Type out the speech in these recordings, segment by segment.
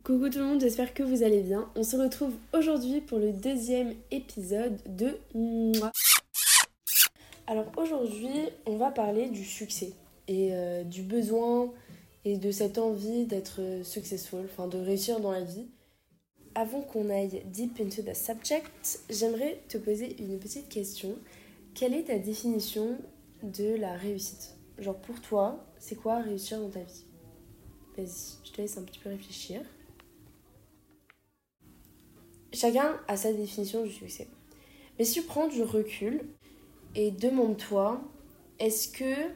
Coucou tout le monde, j'espère que vous allez bien. On se retrouve aujourd'hui pour le deuxième épisode de Mouah. Alors aujourd'hui, on va parler du succès et du besoin et de cette envie d'être successful, enfin de réussir dans la vie. Avant qu'on aille deep into the subject, j'aimerais te poser une petite question. Quelle est ta définition de la réussite ? Genre pour toi, c'est quoi réussir dans ta vie ? Vas-y, je te laisse un petit peu réfléchir. Chacun a sa définition du succès. Mais si tu prends du recul et demande-toi, est-ce que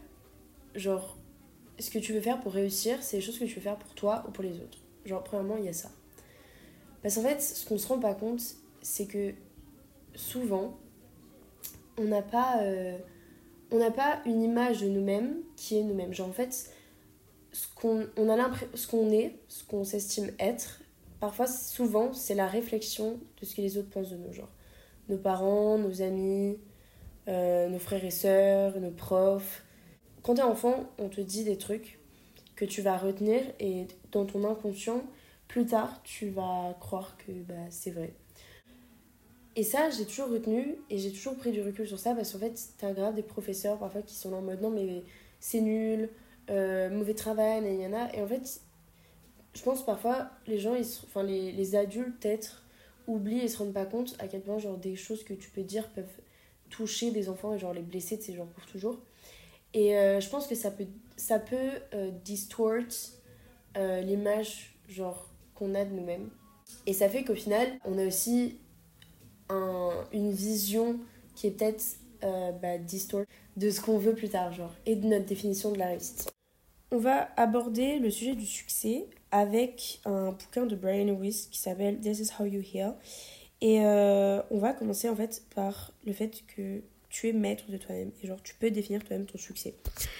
tu veux faire pour réussir, c'est les choses que tu veux faire pour toi ou pour les autres ? Genre, premièrement, il y a ça. Parce qu'en fait, ce qu'on se rend pas compte, c'est que souvent, on n'a pas une image de nous-mêmes qui est nous-mêmes. Genre, en fait, ce qu'on s'estime être, parfois, souvent, c'est la réflexion de ce que les autres pensent de nous. Genre, nos parents, nos amis, nos frères et sœurs, nos profs. Quand t'es enfant, on te dit des trucs que tu vas retenir et dans ton inconscient, plus tard, tu vas croire que c'est vrai. Et ça, j'ai toujours retenu et j'ai toujours pris du recul sur ça parce qu'en fait, t'as grave des professeurs parfois qui sont là en mode non mais c'est nul, mauvais travail, il y en a. Et en fait, je pense parfois les gens, les adultes peut-être oublient et se rendent pas compte à quel point genre des choses que tu peux dire peuvent toucher des enfants et genre les blesser de ces gens pour toujours. Et je pense que ça peut distort l'image genre qu'on a de nous-mêmes. Et ça fait qu'au final, on a aussi une vision qui est peut-être distort de ce qu'on veut plus tard genre et de notre définition de la réussite. On va aborder le sujet du succès avec un bouquin de Brian Lewis qui s'appelle This is how you heal. Et on va commencer en fait par le fait que tu es maître de toi-même et genre tu peux définir toi-même ton succès.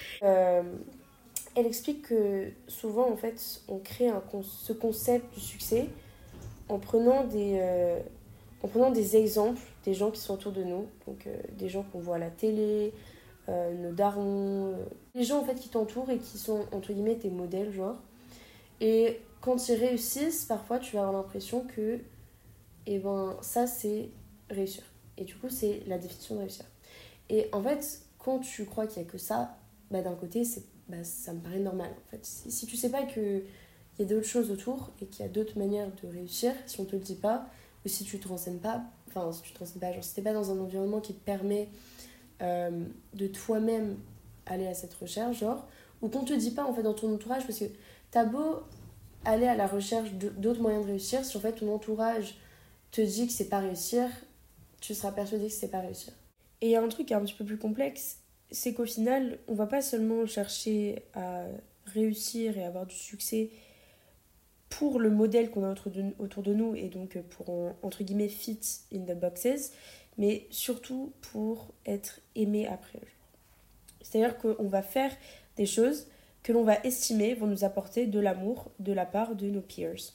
Elle explique que souvent en fait on crée ce concept du succès en prenant des exemples des gens qui sont autour de nous, donc des gens qu'on voit à la télé, nos darons, les gens en fait qui t'entourent et qui sont entre guillemets tes modèles genre. Et quand ils réussissent, parfois tu vas avoir l'impression que ça c'est réussir. Et du coup c'est la définition de réussir. Et en fait quand tu crois qu'il n'y a que ça, d'un côté ça me paraît normal en fait. Si tu sais pas qu'il y a d'autres choses autour et qu'il y a d'autres manières de réussir, si on te le dit pas, ou si tu te renseignes pas, genre si t'es pas dans un environnement qui te permet de toi-même aller à cette recherche, genre, ou qu'on te dit pas en fait dans ton entourage, parce que t'as beau aller à la recherche d'autres moyens de réussir, si en fait ton entourage te dit que c'est pas réussir, tu seras persuadé que c'est pas réussir. Et il y a un truc qui est un petit peu plus complexe, c'est qu'au final, on va pas seulement chercher à réussir et avoir du succès pour le modèle qu'on a autour de nous et donc pour entre guillemets fit in the boxes, mais surtout pour être aimé après. C'est-à-dire qu'on va faire des choses que l'on va estimer vont nous apporter de l'amour de la part de nos peers.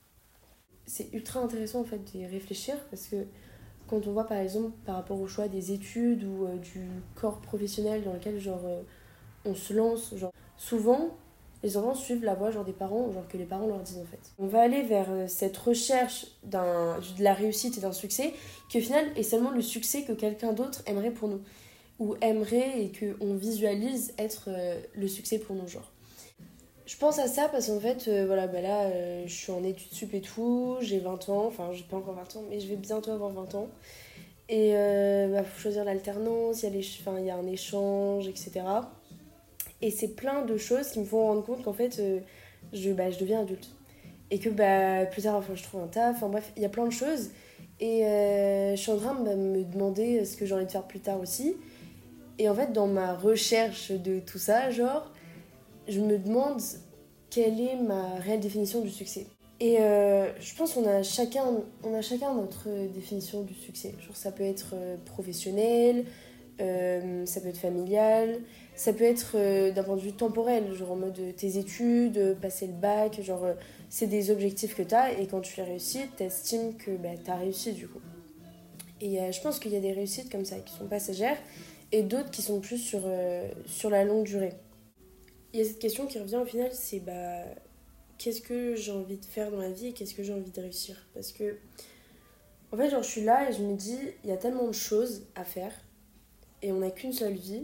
C'est ultra intéressant en fait d'y réfléchir parce que quand on voit par exemple par rapport au choix des études ou du corps professionnel dans lequel on se lance, souvent les enfants suivent la voie des parents, que les parents leur disent en fait. On va aller vers cette recherche de la réussite et d'un succès qui au final est seulement le succès que quelqu'un d'autre aimerait pour nous. Ou aimerait et qu'on visualise être le succès pour nous, genre. Je pense à ça parce qu'en fait, là, je suis en études sup et tout, j'ai 20 ans, enfin j'ai pas encore 20 ans, mais je vais bientôt avoir 20 ans. Et faut choisir l'alternance, il y a un échange, etc. Et c'est plein de choses qui me font rendre compte qu'en fait, je deviens adulte. Et que plus tard, je trouve un taf, enfin bref, il y a plein de choses. Et je suis en train de me demander ce que j'ai envie de faire plus tard aussi. Et en fait, dans ma recherche de tout ça, je me demande quelle est ma réelle définition du succès. Et je pense qu'on a chacun notre définition du succès. Ça peut être professionnel, ça peut être familial, ça peut être d'un point de vue temporel, genre en mode tes études, passer le bac, c'est des objectifs que t'as et quand tu les réussis, t'estimes que t'as réussi du coup. Et je pense qu'il y a des réussites comme ça qui sont passagères et d'autres qui sont plus sur la longue durée. Il y a cette question qui revient au final, c'est qu'est-ce que j'ai envie de faire dans ma vie et qu'est-ce que j'ai envie de réussir. Parce que, en fait, genre, je suis là et je me dis, il y a tellement de choses à faire et on n'a qu'une seule vie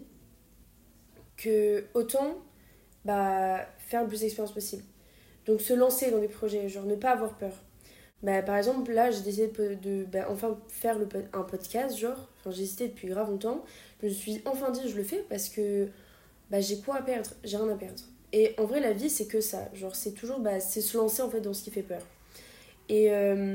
que autant faire le plus d'expérience possible. Donc, se lancer dans des projets, genre, ne pas avoir peur. Par exemple, là, j'ai décidé enfin faire un podcast, genre. Enfin, j'ai hésité depuis grave longtemps. Je me suis enfin dit, je le fais parce que j'ai quoi à perdre? J'ai rien à perdre. Et en vrai, la vie, c'est que ça. Genre, c'est toujours, c'est se lancer en fait dans ce qui fait peur. Et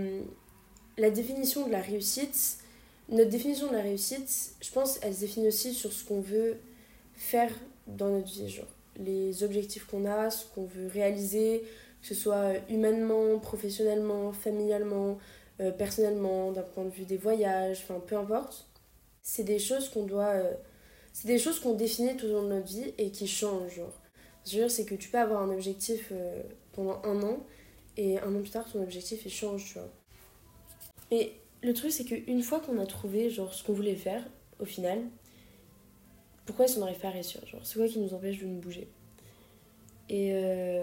la définition de la réussite, notre définition de la réussite, je pense, elle se définit aussi sur ce qu'on veut faire dans notre vie, genre. Les objectifs qu'on a, ce qu'on veut réaliser, que ce soit humainement, professionnellement, familialement, personnellement, d'un point de vue des voyages, enfin peu importe. C'est des choses qu'on doit. C'est des choses qu'on définit tout au long de notre vie et qui changent, genre. Ce que je veux dire, c'est que tu peux avoir un objectif pendant un an et un an plus tard, ton objectif il change, tu vois. Mais le truc, c'est qu'une fois qu'on a trouvé genre ce qu'on voulait faire, au final, pourquoi est-ce qu'on n'arrive pas à réussir, genre, c'est quoi qui nous empêche de nous bouger? Et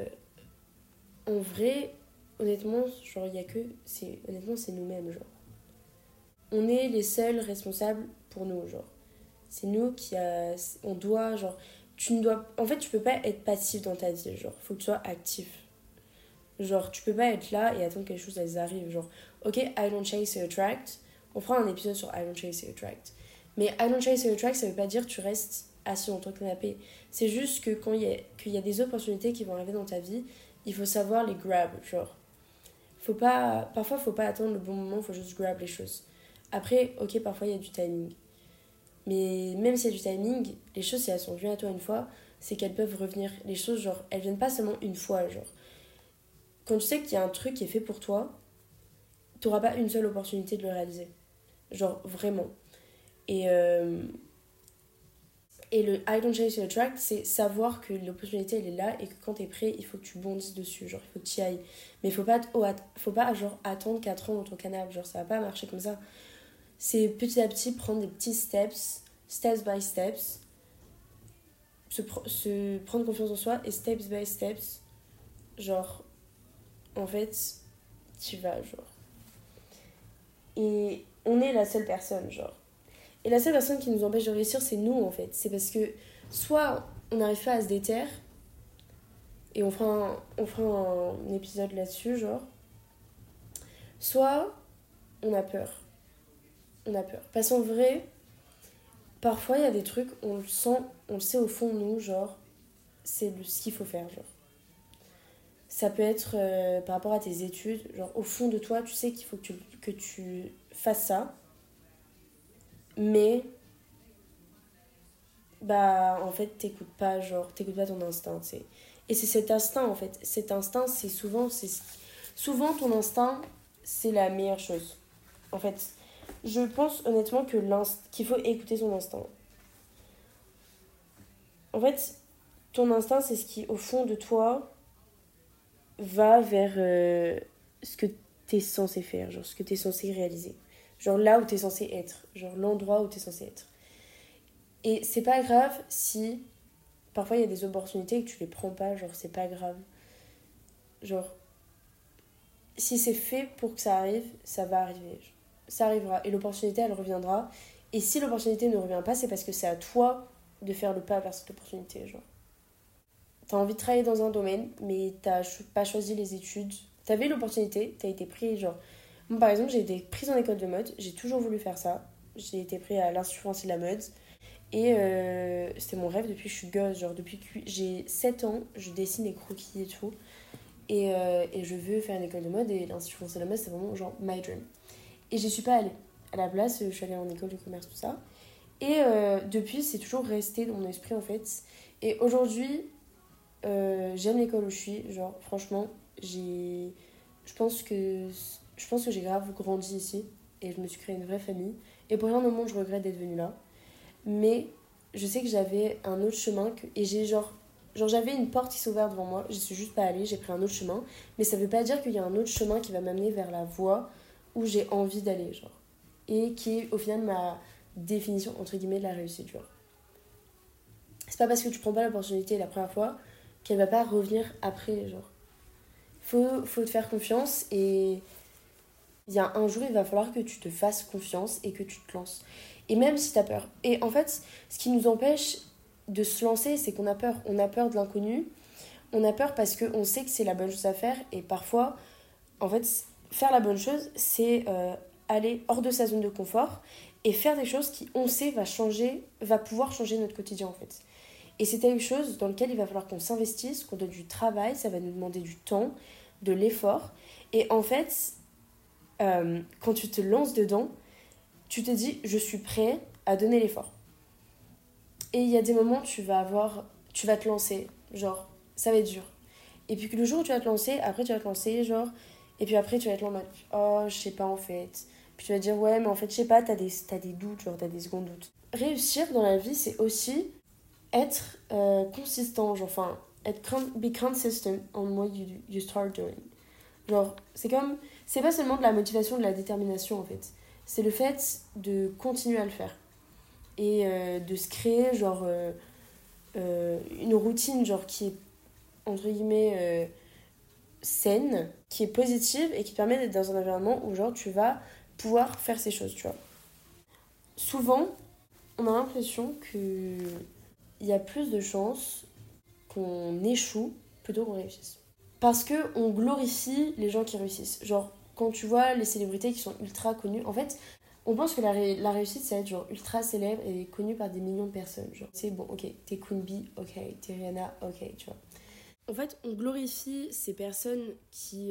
en vrai, honnêtement, genre, il y a que. Honnêtement, c'est nous-mêmes, genre. On est les seuls responsables pour nous, genre. C'est nous on doit, genre. En fait, tu peux pas être passif dans ta vie, genre. Faut que tu sois actif. Genre, tu peux pas être là et attendre que les choses elles arrivent. Genre, ok, I don't chase or attract. On fera un épisode sur I don't chase or attract. Mais I don't chase or attract, ça veut pas dire que tu restes assis dans ton canapé. C'est juste que qu'il y a des opportunités qui vont arriver dans ta vie, il faut savoir les grab. Genre, parfois, faut pas attendre le bon moment, faut juste grab les choses. Après, ok, parfois il y a du timing. Mais même s'il y a du timing, les choses, si elles sont venues à toi une fois, c'est qu'elles peuvent revenir. Les choses, genre, elles viennent pas seulement une fois, genre. Quand tu sais qu'il y a un truc qui est fait pour toi, t'auras pas une seule opportunité de le réaliser. Genre, vraiment. Et le I don't chase your attract, c'est savoir que l'opportunité, elle est là et que quand t'es prêt, il faut que tu bondisses dessus. Genre, il faut que tu y ailles. Mais faut pas genre, attendre 4 ans dans ton canapé. Genre, ça va pas marcher comme ça. C'est petit à petit prendre des petits steps by steps. Se prendre confiance en soi et steps by steps. Genre, en fait, tu vas, genre. Et on est la seule personne, genre. Et la seule personne qui nous empêche de réussir, c'est nous, en fait. C'est parce que soit on n'arrive pas à se déterre, et on fera un épisode là-dessus, genre. Soit on a peur. On a peur. Parce qu'en vrai, parfois il y a des trucs, on le sent, on le sait au fond de nous, genre, c'est ce qu'il faut faire, genre. Ça peut être par rapport à tes études, genre au fond de toi, tu sais qu'il faut que tu fasses ça, mais en fait t'écoutes pas, genre t'écoutes pas ton instinct, tu sais. Et c'est cet instinct en fait, cet instinct souvent ton instinct c'est la meilleure chose. En fait, je pense honnêtement qu'il faut écouter son instinct. En fait, ton instinct c'est ce qui au fond de toi va vers ce que t'es censé faire, genre ce que t'es censé réaliser. Genre là où t'es censé être, genre l'endroit où t'es censé être. Et c'est pas grave si parfois il y a des opportunités et que tu les prends pas, genre c'est pas grave. Genre, si c'est fait pour que ça arrive, ça va arriver. Ça arrivera et l'opportunité elle reviendra. Et si l'opportunité ne revient pas, c'est parce que c'est à toi de faire le pas vers cette opportunité, genre. T'as envie de travailler dans un domaine, mais t'as pas choisi les études. T'avais l'opportunité, t'as été pris, genre. Moi, par exemple, j'ai été prise en école de mode, j'ai toujours voulu faire ça. J'ai été prise à l'Institut français de la mode. Et c'était mon rêve depuis que je suis gosse, genre depuis que j'ai 7 ans, je dessine des croquis et tout. Et je veux faire une école de mode et l'Institut français de la mode, c'est vraiment genre my dream. Et j'y suis pas allée. À la place, je suis allée en école de commerce, tout ça. Et depuis, c'est toujours resté dans mon esprit en fait. Et aujourd'hui, j'aime l'école où je suis. Genre, franchement, je pense que j'ai grave grandi ici. Et je me suis créé une vraie famille. Et pour rien au monde, je regrette d'être venue là. Mais je sais que j'avais un autre chemin. Et j'ai genre j'avais une porte qui s'est ouverte devant moi. J'y suis juste pas allée. J'ai pris un autre chemin. Mais ça veut pas dire qu'il y a un autre chemin qui va m'amener vers la voie où j'ai envie d'aller, genre. Et qui est au final ma définition, entre guillemets, de la réussite, genre. C'est pas parce que tu prends pas l'opportunité la première fois qu'elle va pas revenir après, genre. faut te faire confiance et il y a un jour, il va falloir que tu te fasses confiance et que tu te lances. Et même si tu as peur. Et en fait, ce qui nous empêche de se lancer, c'est qu'on a peur. On a peur de l'inconnu. On a peur parce qu'on sait que c'est la bonne chose à faire. Et parfois, en fait, faire la bonne chose, c'est aller hors de sa zone de confort et faire des choses qui, on sait, va pouvoir changer notre quotidien, en fait. Et c'est quelque chose dans lequel il va falloir qu'on s'investisse, qu'on donne du travail, ça va nous demander du temps, de l'effort. Et en fait, quand tu te lances dedans, tu te dis, je suis prêt à donner l'effort. Et il y a des moments, tu vas te lancer, genre, ça va être dur. Et puis que le jour où tu vas te lancer, après tu vas te lancer, genre, et puis après tu vas être là en mode, oh, je sais pas en fait. Puis tu vas dire, ouais, mais en fait, je sais pas, t'as des doutes, genre, t'as des secondes doutes. Réussir dans la vie, c'est aussi être consistant, genre, enfin, be consistent on what you start doing. Genre, c'est pas seulement de la motivation, de la détermination en fait. C'est le fait de continuer à le faire. Et de se créer, genre, une routine, genre, qui est, entre guillemets, saine, qui est positive et qui te permet d'être dans un environnement où, genre, tu vas pouvoir faire ces choses, tu vois. Souvent, on a l'impression que il y a plus de chances qu'on échoue plutôt qu'on réussisse. Parce que on glorifie les gens qui réussissent. Genre, quand tu vois les célébrités qui sont ultra connues, en fait, on pense que la réussite, c'est être genre ultra célèbre et connue par des millions de personnes. Genre, c'est bon, ok, t'es Queen Bee, ok, t'es Rihanna, ok, tu vois. En fait, on glorifie ces personnes qui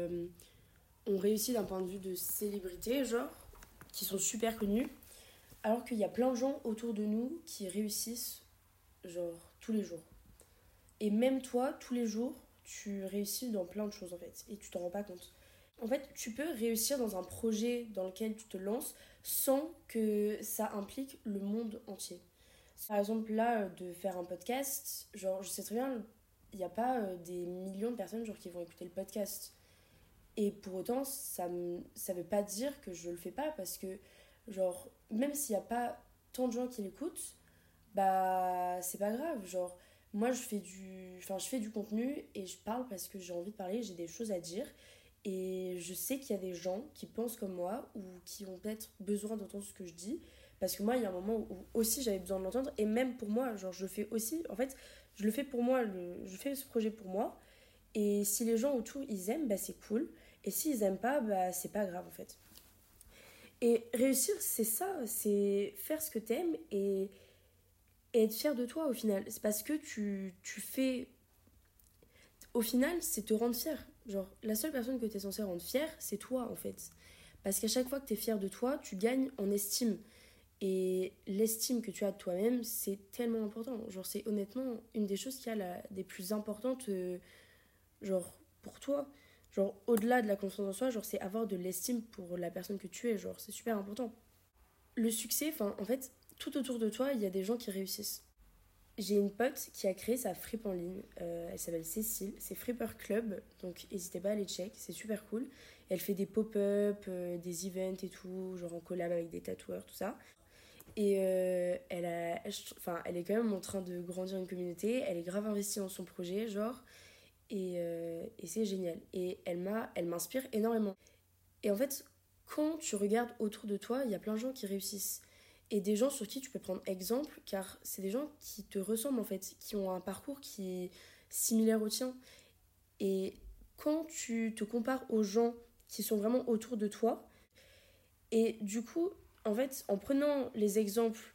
ont réussi d'un point de vue de célébrité, genre, qui sont super connues, alors qu'il y a plein de gens autour de nous qui réussissent, genre, tous les jours. Et même toi, tous les jours, tu réussis dans plein de choses en fait, et tu t'en rends pas compte. En fait, tu peux réussir dans un projet dans lequel tu te lances sans que ça implique le monde entier. Par exemple, là, de faire un podcast, genre, je sais très bien, il n'y a pas des millions de personnes genre, qui vont écouter le podcast. Et pour autant, ça veut pas dire que je le fais pas parce que, genre, même s'il n'y a pas tant de gens qui l'écoutent, bah, c'est pas grave. Genre, moi, je fais du contenu et je parle parce que j'ai envie de parler, j'ai des choses à dire. Et je sais qu'il y a des gens qui pensent comme moi ou qui ont peut-être besoin d'entendre ce que je dis. Parce que moi, il y a un moment où aussi j'avais besoin de l'entendre. Et même pour moi, genre, je le fais aussi. En fait, je le fais pour moi, je fais ce projet pour moi. Et si les gens autour, ils aiment, bah, c'est cool. Et s'ils aiment pas, bah, c'est pas grave, en fait. Et réussir, c'est ça. C'est faire ce que t'aimes et être fier de toi, au final. C'est parce que tu fais... Au final, c'est te rendre fier. Genre, la seule personne que t'es censé rendre fier, c'est toi, en fait. Parce qu'à chaque fois que t'es fier de toi, tu gagnes en estime. Et l'estime que tu as de toi-même, c'est tellement important. Genre, c'est honnêtement une des choses des plus importantes, genre, pour toi. Genre, au-delà de la confiance en soi, genre, c'est avoir de l'estime pour la personne que tu es. Genre, c'est super important. Le succès, enfin, en fait, tout autour de toi, il y a des gens qui réussissent. J'ai une pote qui a créé sa fripe en ligne. Elle s'appelle Cécile. C'est Fripper Club. Donc, n'hésitez pas à aller check. C'est super cool. Elle fait des pop-up, des events et tout, genre en collab avec des tatoueurs, tout ça. Et elle est quand même en train de grandir une communauté. Elle est grave investie dans son projet, genre. Et c'est génial. Et elle m'inspire énormément. Et en fait, quand tu regardes autour de toi, il y a plein de gens qui réussissent. Et des gens sur qui tu peux prendre exemple, car c'est des gens qui te ressemblent en fait, qui ont un parcours qui est similaire au tien. Et quand tu te compares aux gens qui sont vraiment autour de toi, et du coup, en fait, en prenant les exemples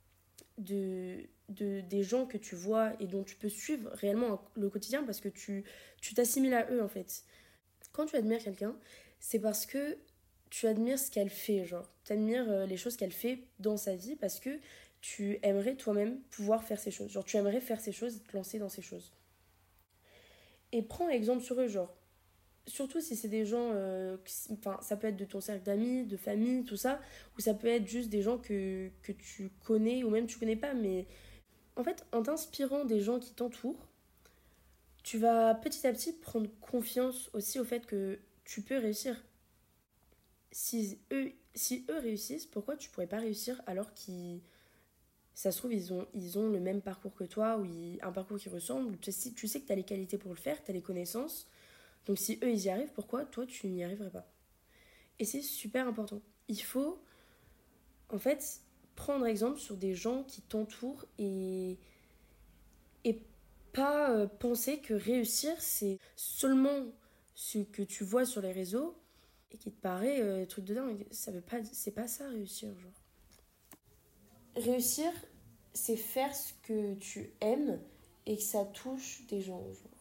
des gens que tu vois et dont tu peux suivre réellement le quotidien parce que tu t'assimiles à eux en fait. Quand tu admires quelqu'un, c'est parce que tu admires ce qu'elle fait, genre. Tu admires les choses qu'elle fait dans sa vie parce que tu aimerais toi-même pouvoir faire ces choses. Genre, tu aimerais faire ces choses et te lancer dans ces choses. Et prends exemple sur eux, genre. Surtout si c'est des gens, enfin, ça peut être de ton cercle d'amis, de famille, tout ça, ou ça peut être juste des gens que tu connais ou même tu connais pas, mais en fait, en t'inspirant des gens qui t'entourent, tu vas petit à petit prendre confiance aussi au fait que tu peux réussir. Si eux réussissent, pourquoi tu pourrais pas réussir alors qu'ils, ça se trouve, ils ont le même parcours que toi ou un parcours qui ressemble. Tu sais que tu as les qualités pour le faire, tu as les connaissances. Donc si eux, ils y arrivent, pourquoi toi, tu n'y arriverais pas? Et c'est super important. Il faut, en fait, prendre exemple sur des gens qui t'entourent et pas penser que réussir, c'est seulement ce que tu vois sur les réseaux et qui te paraît truc de dingue. Ça veut pas, c'est pas ça réussir, genre. Réussir, c'est faire ce que tu aimes et que ça touche des gens, genre.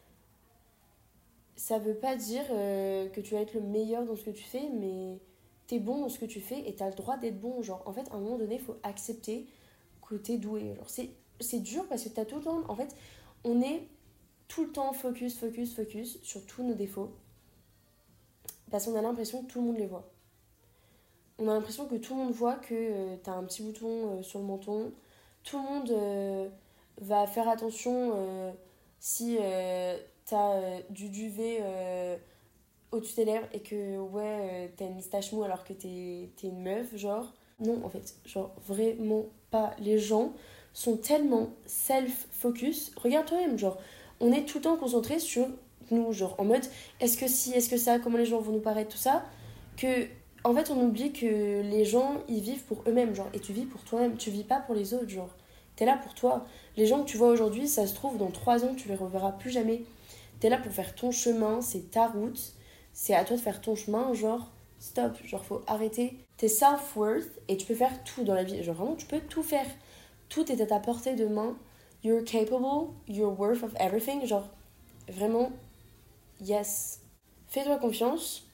Ça veut pas dire que tu vas être le meilleur dans ce que tu fais, mais t'es bon dans ce que tu fais et t'as le droit d'être bon. Genre, en fait, à un moment donné, il faut accepter que t'es doué. Genre, c'est dur parce que t'as tout le temps. En fait, on est tout le temps focus sur tous nos défauts parce qu'on a l'impression que tout le monde les voit. On a l'impression que tout le monde voit que t'as un petit bouton sur le menton. Tout le monde va faire attention si t'as du duvet au-dessus des lèvres et que ouais, t'as une moustache mou alors que t'es une meuf, genre. Non, en fait, genre vraiment pas. Les gens sont tellement self-focus. Regarde toi-même, genre, on est tout le temps concentré sur nous, genre en mode est-ce que si, est-ce que ça, comment les gens vont nous paraître, tout ça, que en fait on oublie que les gens ils vivent pour eux-mêmes, genre, et tu vis pour toi-même, tu vis pas pour les autres, genre. T'es là pour toi. Les gens que tu vois aujourd'hui, ça se trouve, dans 3 ans, tu les reverras plus jamais. T'es là pour faire ton chemin, c'est ta route, c'est à toi de faire ton chemin, genre, stop, genre, faut arrêter. T'es self-worth et tu peux faire tout dans la vie, genre, vraiment, tu peux tout faire. Tout est à ta portée de main. You're capable, you're worth of everything, genre, vraiment, yes. Fais-toi confiance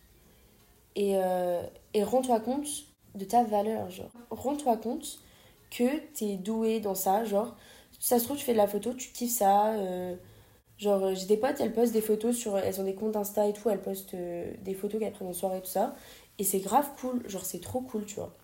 et rends-toi compte de ta valeur, genre. Rends-toi compte que t'es doué dans ça, genre, ça se trouve, tu fais de la photo, tu kiffes ça, genre, j'ai des potes, elles postent des photos sur. Elles ont des comptes Insta et tout, elles postent des photos qu'elles prennent en soirée et tout ça. Et c'est grave cool, genre, c'est trop cool, tu vois.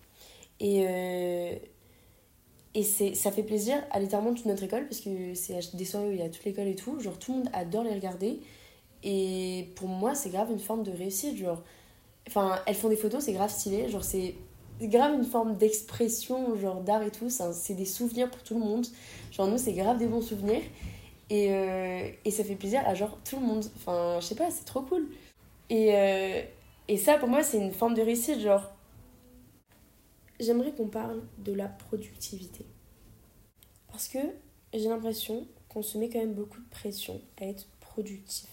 Et ça fait plaisir à littéralement toute notre école, parce que c'est des soirées où il y a toute l'école et tout. Genre, tout le monde adore les regarder. Et pour moi, c'est grave une forme de réussite, genre. Enfin, elles font des photos, c'est grave stylé, genre, c'est grave une forme d'expression, genre, d'art et tout. C'est des souvenirs pour tout le monde. Genre, nous, c'est grave des bons souvenirs. Et ça fait plaisir à genre tout le monde. Enfin, je sais pas, c'est trop cool. Et, euh, et ça, pour moi, c'est une forme de réussite. Genre, j'aimerais qu'on parle de la productivité. Parce que j'ai l'impression qu'on se met quand même beaucoup de pression à être productif.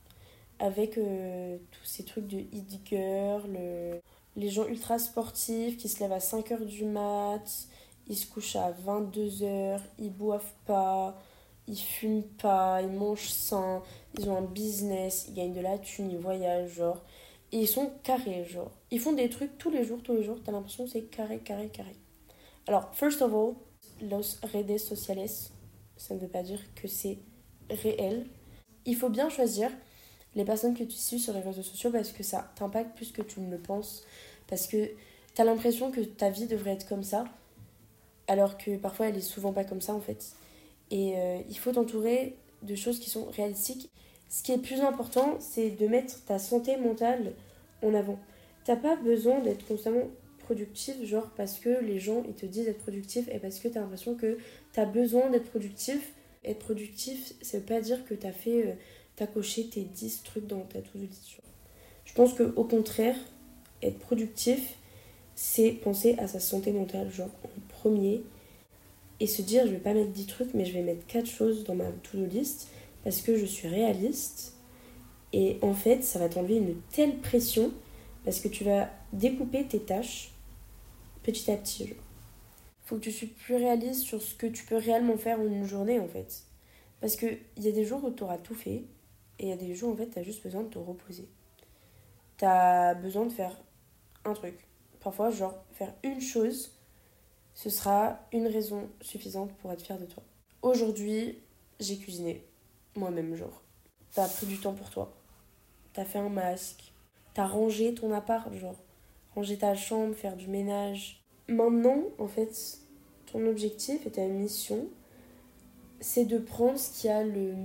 Avec tous ces trucs de hit girl, les gens ultra sportifs qui se lèvent à 5 heures du mat, ils se couchent à 22 heures, ils boivent pas, ils fument pas, ils mangent sain, ils ont un business, ils gagnent de la thune, ils voyagent, genre. Et ils sont carrés, genre. Ils font des trucs tous les jours, t'as l'impression que c'est carré. Alors, first of all, los redes sociales, ça ne veut pas dire que c'est réel. Il faut bien choisir les personnes que tu suis sur les réseaux sociaux parce que ça t'impacte plus que tu ne le penses. Parce que t'as l'impression que ta vie devrait être comme ça, alors que parfois elle est souvent pas comme ça en fait. Et il faut t'entourer de choses qui sont réalistiques. Ce qui est plus important, c'est de mettre ta santé mentale en avant. T'as pas besoin d'être constamment productif, genre parce que les gens ils te disent d'être productif et parce que t'as l'impression que t'as besoin d'être productif. Être productif, ça veut pas dire que t'as coché tes 10 trucs dans ta to-do list. Je pense qu'au contraire, être productif, c'est penser à sa santé mentale, genre en premier, et se dire je vais pas mettre 10 trucs, mais je vais mettre 4 choses dans ma to-do list parce que je suis réaliste. Et en fait, ça va t'enlever une telle pression parce que tu vas découper tes tâches petit à petit. Genre. Faut que tu sois plus réaliste sur ce que tu peux réellement faire en une journée en fait. Parce qu'il y a des jours où tu auras tout fait et il y a des jours où en fait tu as juste besoin de te reposer. Tu as besoin de faire un truc. Parfois, genre, faire une chose, ce sera une raison suffisante pour être fier de toi. Aujourd'hui, j'ai cuisiné moi-même, genre. T'as pris du temps pour toi. T'as fait un masque. T'as rangé ton appart, genre. Ranger ta chambre, faire du ménage. Maintenant, en fait, ton objectif et ta mission, c'est de prendre ce qu'il y a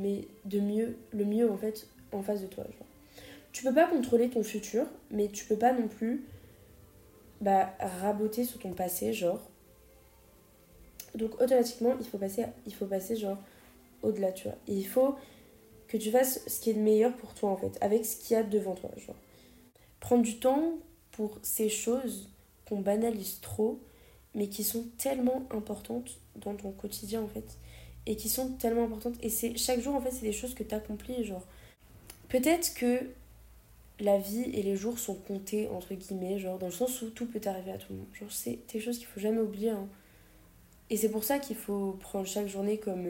le mieux en fait en face de toi. Genre. Tu peux pas contrôler ton futur, mais tu peux pas non plus raboter sur ton passé, genre. Donc automatiquement, il faut passer genre au-delà, tu vois. Et il faut que tu fasses ce qui est le meilleur pour toi en fait, avec ce qu'il y a devant toi. Genre. Prendre du temps pour ces choses qu'on banalise trop, mais qui sont tellement importantes dans ton quotidien en fait. Et qui sont tellement importantes. Et c'est chaque jour en fait, c'est des choses que tu accomplis. Genre. Peut-être que la vie et les jours sont comptés, entre guillemets, genre dans le sens où tout peut arriver à tout le monde. Genre, c'est des choses qu'il faut jamais oublier. Hein. Et c'est pour ça qu'il faut prendre chaque journée comme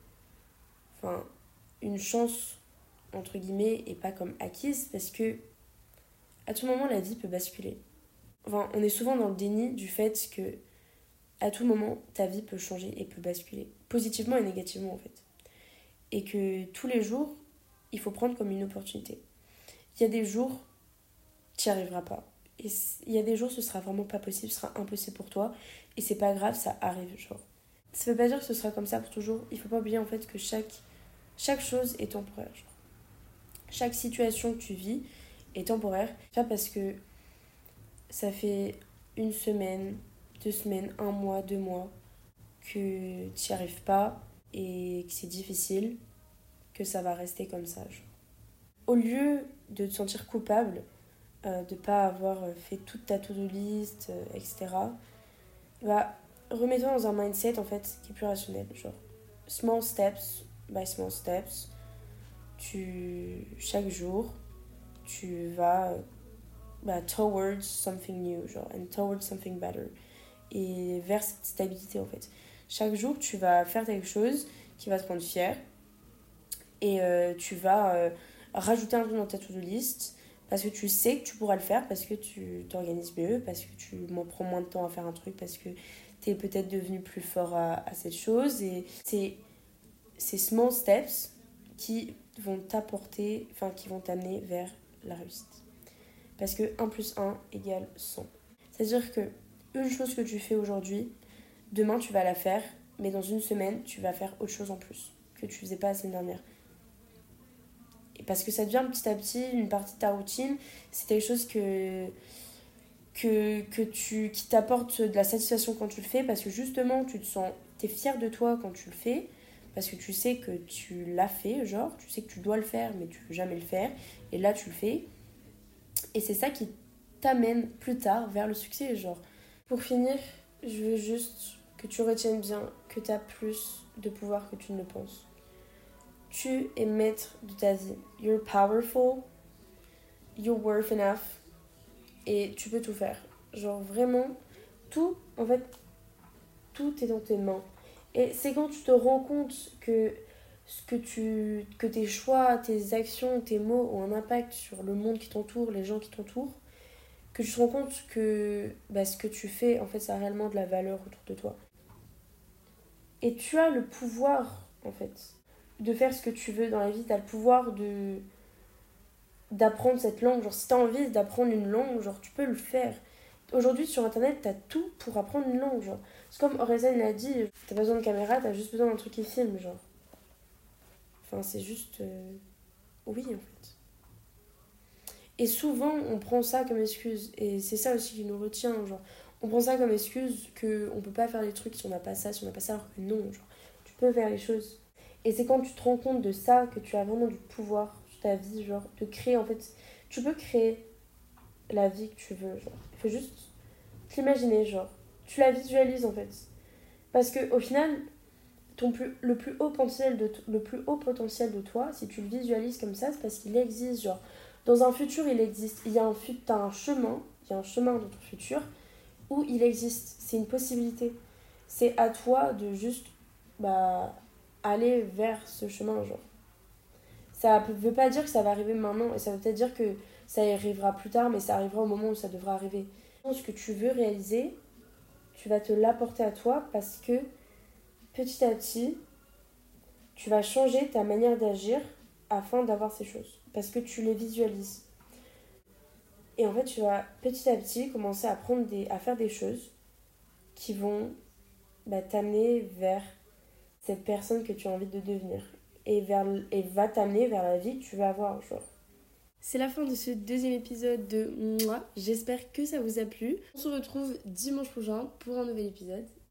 une chance, entre guillemets, et pas comme acquise, parce que à tout moment, la vie peut basculer. Enfin, on est souvent dans le déni du fait que à tout moment, ta vie peut changer et peut basculer, positivement et négativement en fait. Et que tous les jours, il faut prendre comme une opportunité. Il y a des jours, tu n'y arriveras pas. Et il y a des jours, ce sera vraiment pas possible, ce sera impossible pour toi. Et c'est pas grave, ça arrive, genre. Ça veut pas dire que ce sera comme ça pour toujours. Il faut pas oublier en fait que chaque chose est temporaire. Genre. Chaque situation que tu vis est temporaire. Pas parce que ça fait une semaine, 2 semaines, 1 mois, 2 mois que tu n'y arrives pas et que c'est difficile, que ça va rester comme ça. Genre. Au lieu de te sentir coupable, de pas avoir fait toute ta to-do list, etc., bah, remets-toi dans un mindset en fait qui est plus rationnel. Genre, small steps by small steps. Chaque jour, tu vas towards something new, genre, and towards something better. Et vers cette stabilité en fait. Chaque jour, tu vas faire quelque chose qui va te rendre fier. Et tu vas rajouter un truc dans ta to-do list parce que tu sais que tu pourras le faire, parce que tu t'organises mieux, parce que tu prends moins de temps à faire un truc, parce que tu es peut-être devenu plus fort à cette chose. Et c'est ces small steps qui vont t'apporter, enfin qui vont t'amener vers la réussite. Parce que 1 + 1 = 100. C'est-à-dire que une chose que tu fais aujourd'hui, demain tu vas la faire, mais dans une semaine, tu vas faire autre chose en plus que tu faisais pas la semaine dernière. Et parce que ça devient petit à petit une partie de ta routine, c'est quelque chose qui t'apporte de la satisfaction quand tu le fais, parce que justement, t'es fier de toi quand tu le fais, parce que tu sais que tu l'as fait, genre, tu sais que tu dois le faire, mais tu veux jamais le faire, et là tu le fais. Et c'est ça qui t'amène plus tard vers le succès, genre. Pour finir, je veux juste que tu retiennes bien que tu as plus de pouvoir que tu ne le penses. Tu es maître de ta vie. You're powerful, you're worth enough, et tu peux tout faire. Genre vraiment, tout, en fait, tout est dans tes mains. Et c'est quand tu te rends compte que que tes choix, tes actions, tes mots ont un impact sur le monde qui t'entoure, les gens qui t'entourent, que tu te rends compte que ce que tu fais, en fait, ça a réellement de la valeur autour de toi. Et tu as le pouvoir, en fait, de faire ce que tu veux dans la vie. Tu as le pouvoir d'apprendre cette langue. Genre, si tu as envie d'apprendre une langue, genre, tu peux le faire. Aujourd'hui, sur Internet, tu as tout pour apprendre une langue, genre. C'est comme Orelsan l'a dit, t'as pas besoin de caméra, t'as juste besoin d'un truc qui filme, genre. Enfin, c'est juste... Oui, en fait. Et souvent, on prend ça comme excuse. Et c'est ça aussi qui nous retient, genre. On prend ça comme excuse qu'on peut pas faire les trucs si on n'a pas ça, alors que non, genre. Tu peux faire les choses. Et c'est quand tu te rends compte de ça que tu as vraiment du pouvoir sur ta vie, genre, de créer, en fait... Tu peux créer la vie que tu veux, genre. Il faut juste t'imaginer, genre. Tu la visualises, en fait. Parce qu'au final, le plus haut potentiel de toi, si tu le visualises comme ça, c'est parce qu'il existe, genre. Dans un futur, il existe. T'as un chemin, il y a un chemin dans ton futur où il existe. C'est une possibilité. C'est à toi de juste aller vers ce chemin, genre. Ça veut pas dire que ça va arriver maintenant, et ça veut peut-être dire que ça arrivera plus tard, mais ça arrivera au moment où ça devra arriver. Ce que tu veux réaliser, tu vas te l'apporter à toi parce que petit à petit, tu vas changer ta manière d'agir afin d'avoir ces choses. Parce que tu les visualises. Et en fait, tu vas petit à petit commencer à faire des choses qui vont t'amener vers cette personne que tu as envie de devenir. Et va t'amener vers la vie que tu vas avoir, genre. C'est la fin de ce 2e épisode de Moi. J'espère que ça vous a plu. On se retrouve dimanche prochain pour un nouvel épisode.